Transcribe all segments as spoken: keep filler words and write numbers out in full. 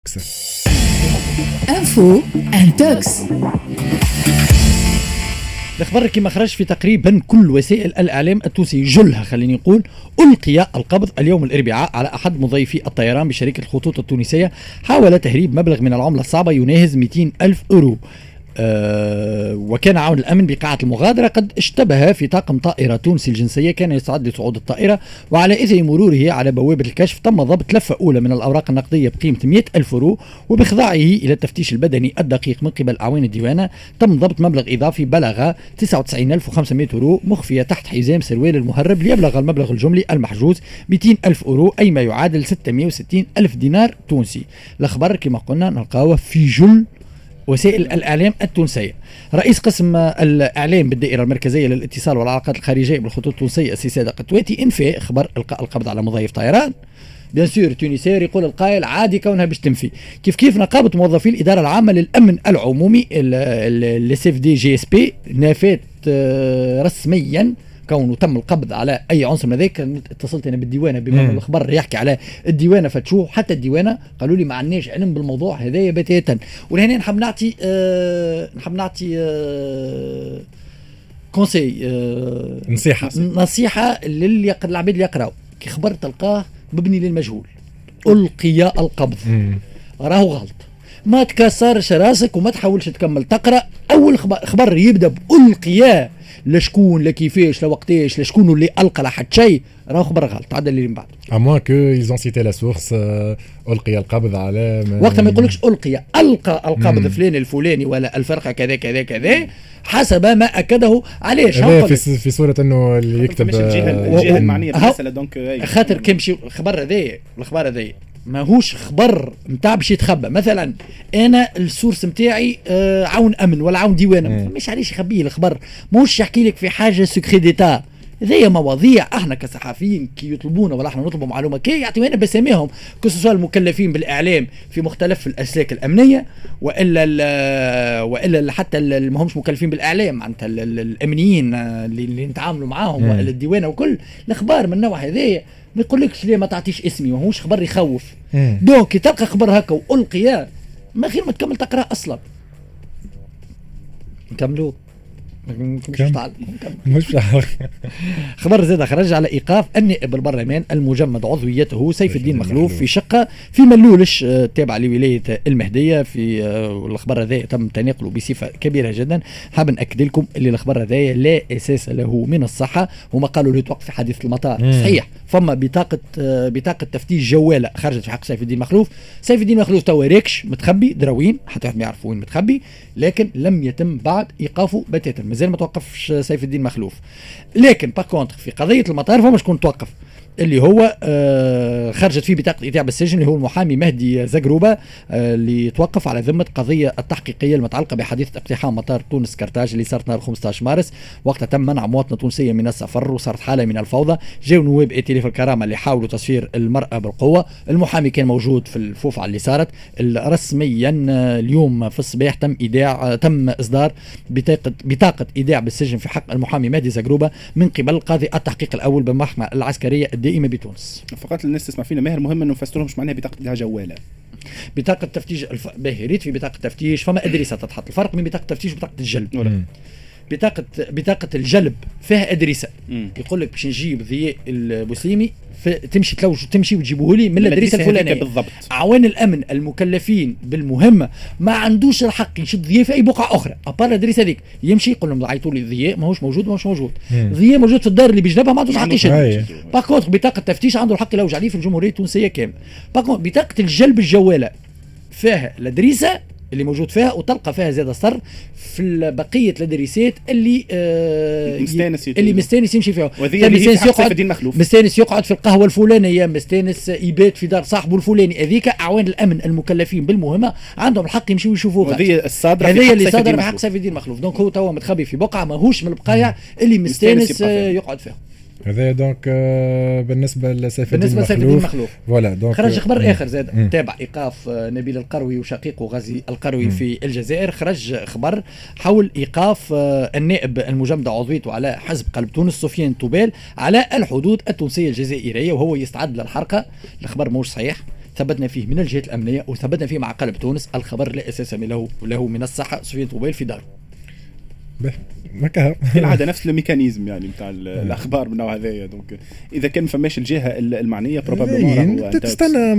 انفو انتوكس. الأخبار كما خرج في تقريبا كل وسائل الإعلام التونسي جلها خليني نقول ألقي القبض اليوم الأربعاء على أحد مضيفي الطيران بشركة الخطوط التونسية حاول تهريب مبلغ من العملة الصعبة يناهز مئتين ألف أورو. أه وكان عون الأمن بقاعة المغادرة قد اشتبه في طاقم طائرة تونسي الجنسية كان يستعد لصعود الطائرة، وعلى إثر مروره على بوابة الكشف تم ضبط لفة أولى من الأوراق النقدية بقيمة مئة ألف أورو، وبخضاعه إلى التفتيش البدني الدقيق من قبل أعوان الديوانة تم ضبط مبلغ إضافي بلغ تسعة وتسعين ألف وخمسمائة أورو مخفية تحت حزام سروال المهرب، ليبلغ المبلغ الجملي المحجوز مئتين ألف أورو أي ما يعادل ستمائة وستين ألف دينار تونسي. الأخبار كما قلنا نلقاوه في جل وسائل الإعلام التونسية. رئيس قسم الإعلام بالدائرة المركزية للاتصال والعلاقات الخارجية بالخطوط التونسية السي سادة قطواتي انفى إخبار إلقاء القبض على مضيف طيران. بيان سور تونسير يقول القائل عادي كونها باش تنفي، كيف كيف نقابة موظفي الإدارة العامة للأمن العمومي السي اف دي جي اس بي نافت رسميا كونه تم القبض على اي عنصر من ذاك. اتصلت انا بالديوانه بما انه الخبر يحكي على الديوانه فتشوه، حتى الديوانه قالوا لي ما عندناش علم بالموضوع هذايا بتاتا. ولهنا نحب نعطي أه نحب نعطي أه كونسي أه نصيحه نصيحه للي العباد اللي يقراوا كي خبر تلقاه مبني للمجهول القي القبض راهو غلط، ما تكسرش راسك وما تحاولش تكمل تقرا. اول خبر يبدا بالقياه لشكون لكيفاش لوقتاش لشكون اللي القى لحد شيء راه خبر غلط عاد اللي من بعد. اما كو ايزون سيتي لا سورس القي القبض على وقت ما يقولكش القي القى القبض فلان الفلاني ولا الفرقه كذا كذا كذا حسب ما اكده. علاش في, في صوره انه اللي يكتب الجهه المعنيه بالمساله دونك خاطر كيمشي الخبر هذا الخبر هذا ماهوش خبر نتاع باش يتخبى. مثلا انا السورس نتاعي آه عون امن ولا عون ديوانه مش علاش يخبيه الخبر، ماهوش يحكي لك في حاجه سكري ديتا. هذه مواضيع احنا كصحفيين كي يطلبونا ولا احنا نطلبوا معلومه كي يعطيونا بساميهم كسوسوا المكلفين بالاعلام في مختلف الاسلاك الامنيه والا والا حتى اللي ماهمش مكلفين بالاعلام معناتها الامنيين اللي, اللي نتعاملوا معاهم والا الديوانه وكل الاخبار من النوع هذايا ما يقولكش ليه ما تعطيش اسمي ماهوش خبر يخوف. دونك كي تلقى خبر هكا والقيا ما خير ما تكمل تقرا اصلا. نكملوا مش تعال مش خبر زاد خرج على ايقاف النائب البرلمان المجمد عضويته سيف الدين مخلوف في شقه في ملولش تابعه لولايه المهديه. في الخبر هذا تم تناقله بصفه كبيره جدا. حاب ناكد لكم اللي الخبر هذا لا اساس له من الصحه. هما قالوا لي توقف في حادثه المطار مم. صحيح فما بطاقه بطاقه تفتيش جواله خرجت في حق سيف الدين مخلوف. سيف الدين مخلوف توا ريكش متخبي دراوين حتى واحد ما يعرف وين متخبي، لكن لم يتم بعد ايقافه بتاتا. مازال ما توقفش سيف الدين مخلوف. لكن باكونتر في قضيه المطار فما شكون توقف اللي هو آه خرجت فيه بطاقه ايداع بالسجن اللي هو المحامي مهدي زقروبه آه اللي توقف على ذمه قضيه التحقيقيه المتعلقه بحادثه اقتحام مطار تونس كرتاج اللي صارت نهار خمسة عشر مارس. وقتها تم منع مواطنه تونسيه من السفر وصارت حاله من الفوضى. جاوا نواب ائتلاف الكرامه اللي حاولوا تصفير المراه بالقوه. المحامي كان موجود في الفوفعه اللي صارت. رسميا اليوم في الصباح تم ايداع تم اصدار بطاقه بطاقه ايداع بالسجن في حق المحامي مهدي زقروبه من قبل قاضي التحقيق الاول بالمحكمه العسكريه الدائمه بتونس. فقط الناس تسمع فينا ماهر مهم انه نفسر لهم ايش معناها بطاقه لها جواله. بطاقه تفتيش الف... باهي ريت في بطاقه تفتيش فما ادريسه تتحط. الفرق بين بطاقه التفتيش وبطاقه الجلب. بطاقه بطاقه الجلب فيها ادريسه يقول لك باش نجيب ضياء البوسليمي تمشي تلوج تمشي وتجيبوه لي من الادريسه الفلانيه بالضبط. عوان الامن المكلفين بالمهمه ما عندوش الحق يشد ضياء في اي بقعه اخرى ابار الادريسه هذيك. يمشي يقول لهم عيطوا لي ضياء ماهوش موجود ماهوش موجود ضياء موجود في الدار اللي بجنبها ما عندوش حق يشد. باكونت بطاقه التفتيش عنده الحق يلوج عليه في الجمهوريه التونسيه كامل. باكونت بطاقه الجلب الجواله فيها الادريسه اللي موجود فيها وتلقى فيها زيادة صر في بقية الادريسات اللي آه مستانس اللي مستانس يمشي فيها. مستانس يقعد مستانس يقعد في القهوة الفلانية مستانس يبات في دار صاحبه الفلاني. هذيك أعوان الأمن المكلفين بالمهمة عندهم الحق يمشوا يشوفوها. هذه الصادرة هذه اللي صادرة في حق سيف الدين مخلوف. دونك هو توا متخبي في بقعة ماهوش من البقايا اللي مستانس يقعد فيها. هذا دونك بالنسبه لسيف الدين بالنسبه لسيف الدين مخلوف فوالا دونك خرج خبر اخر زاد تابع ايقاف نبيل القروي وشقيقه غازي القروي مم. في الجزائر. خرج خبر حول ايقاف النائب المجمد عضويته على حزب قلب تونس سفيان طوبال على الحدود التونسيه الجزائريه وهو يستعد للحركه. الخبر موش صحيح ثبتنا فيه من الجهات الامنيه وثبتنا فيه مع قلب تونس الخبر لا اساس له له من الصحه. سفيان طوبيل في داره مكا في العاده نفس الميكانيزم يعني نتاع الاخبار من النوع هذايا. دونك اذا كان فماش الجهه المعنيه بروبابلمون تستنى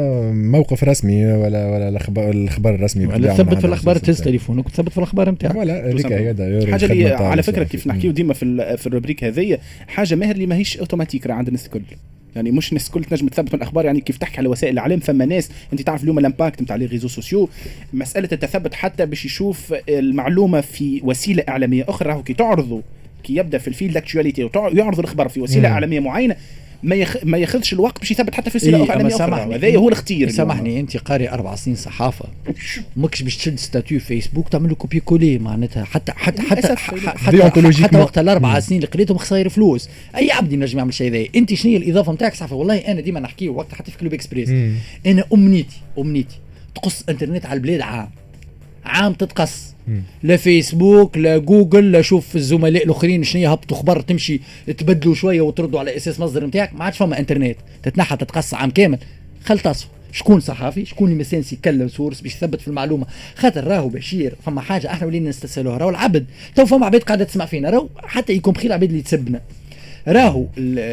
موقف رسمي ولا ولا الاخبار الاخبار الرسمي ولا تثبت في الاخبار تهز تليفونك وتثبت في الاخبار نتاعك. ولا هذيك هي حاجه اللي على فكره كيف نحكيو ديما في في الروبريك هذيا حاجه ماهر اللي ماهيش اوتوماتيك راه عند الناس الكل. يعني مش الناس الكل تنجم تثبت من الاخبار. يعني كيف تحكي على وسائل الاعلام فما ناس انت تعرف اليوم الامباكت نتاع لي ريزو سوسيو مساله التثبت حتى باش يشوف المعلومه في وسيله اعلاميه اخرى. راهو كي تعرضوا كي يبدا في الفيلد اكتواليتي ويعرض الخبر في وسيله مم. اعلاميه معينه ما يخ... ما ياخذش الوقت باش يثبت حتى في وسيله إيه اعلاميه اخرى. هذا هو الاختيار. سامحني انت قاري اربع سنين صحافه ماكش باش تشد ستاتيو فيسبوك تعمل له كوبي كولي معناتها حتى حتى حتى حتى, حتى, حتى وقت الاربع سنين اللي قريتهم خساير فلوس. اي عبد ينجم يعمل شيء ذا. انت شنو هي الاضافه نتاعك صحفي؟ والله انا ديما نحكي وقت حتى في كلوب اكسبريس مم. انا امنيتي امنيتي تقص انترنت على البلاد عام عام تتقص مم. لا فيسبوك لا جوجل لا شوف الزملاء الاخرين شنو يهبطوا خبر تمشي تبدلوا شويه وتردوا على اساس مصدر نتاعك. ما عادش فما انترنت تتنحى تتقص عام كامل. خل تصف شكون صحافي شكون اللي مسانس يكلم سورس باش يثبت في المعلومه. خاطر راهو بشير فما حاجه احنا ولينا نستسهلوها. راهو العبد تو فما عباد قاعده تسمع فينا راهو حتى يكون العباد اللي تسبنا. راهو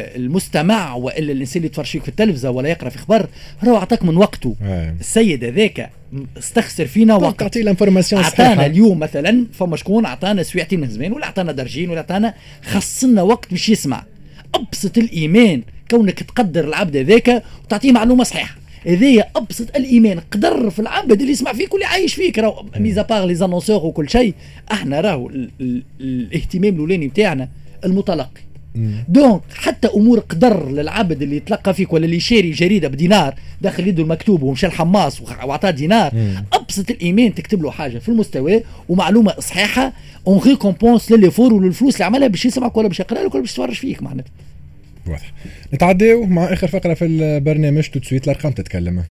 المستمع والا الانسان اللي يتفرج فيك في التلفزه ولا يقرا في خبر راهو عطاك من وقته. السيد هذاك استخسر فينا وقت تعطي الانفورماسيون صحيحه. اليوم مثلا فما شكون عطانا سويعتين من زمان ولا عطانا درجين ولا عطانا خصنا وقت باش يسمع. ابسط الايمان كونك تقدر العبد هذاك وتعطيه معلومه صحيحه. هذايا ابسط الايمان. قدر في العبد اللي يسمع فيك واللي عايش فيك. راهو ميزا باغ لي زانونسور وكل شيء احنا راهو الاهتمام الاولاني نتاعنا المتلقي. دونك حتى امور قدر للعبد اللي يتلقى فيك ولا اللي يشاري جريده بدينار داخل يده المكتوب ومشى الحماص وعطاه دينار مم. ابسط الايمان تكتب له حاجه في المستوى ومعلومه صحيحه اون ريكومبونس لليفور وللفلوس اللي عملها باش يسمعك ولا باش يقرا لك ولا باش يتفرج فيك معناتها. واضح. نتعداو مع اخر فقره في البرنامج تو سويت الارقام تتكلم.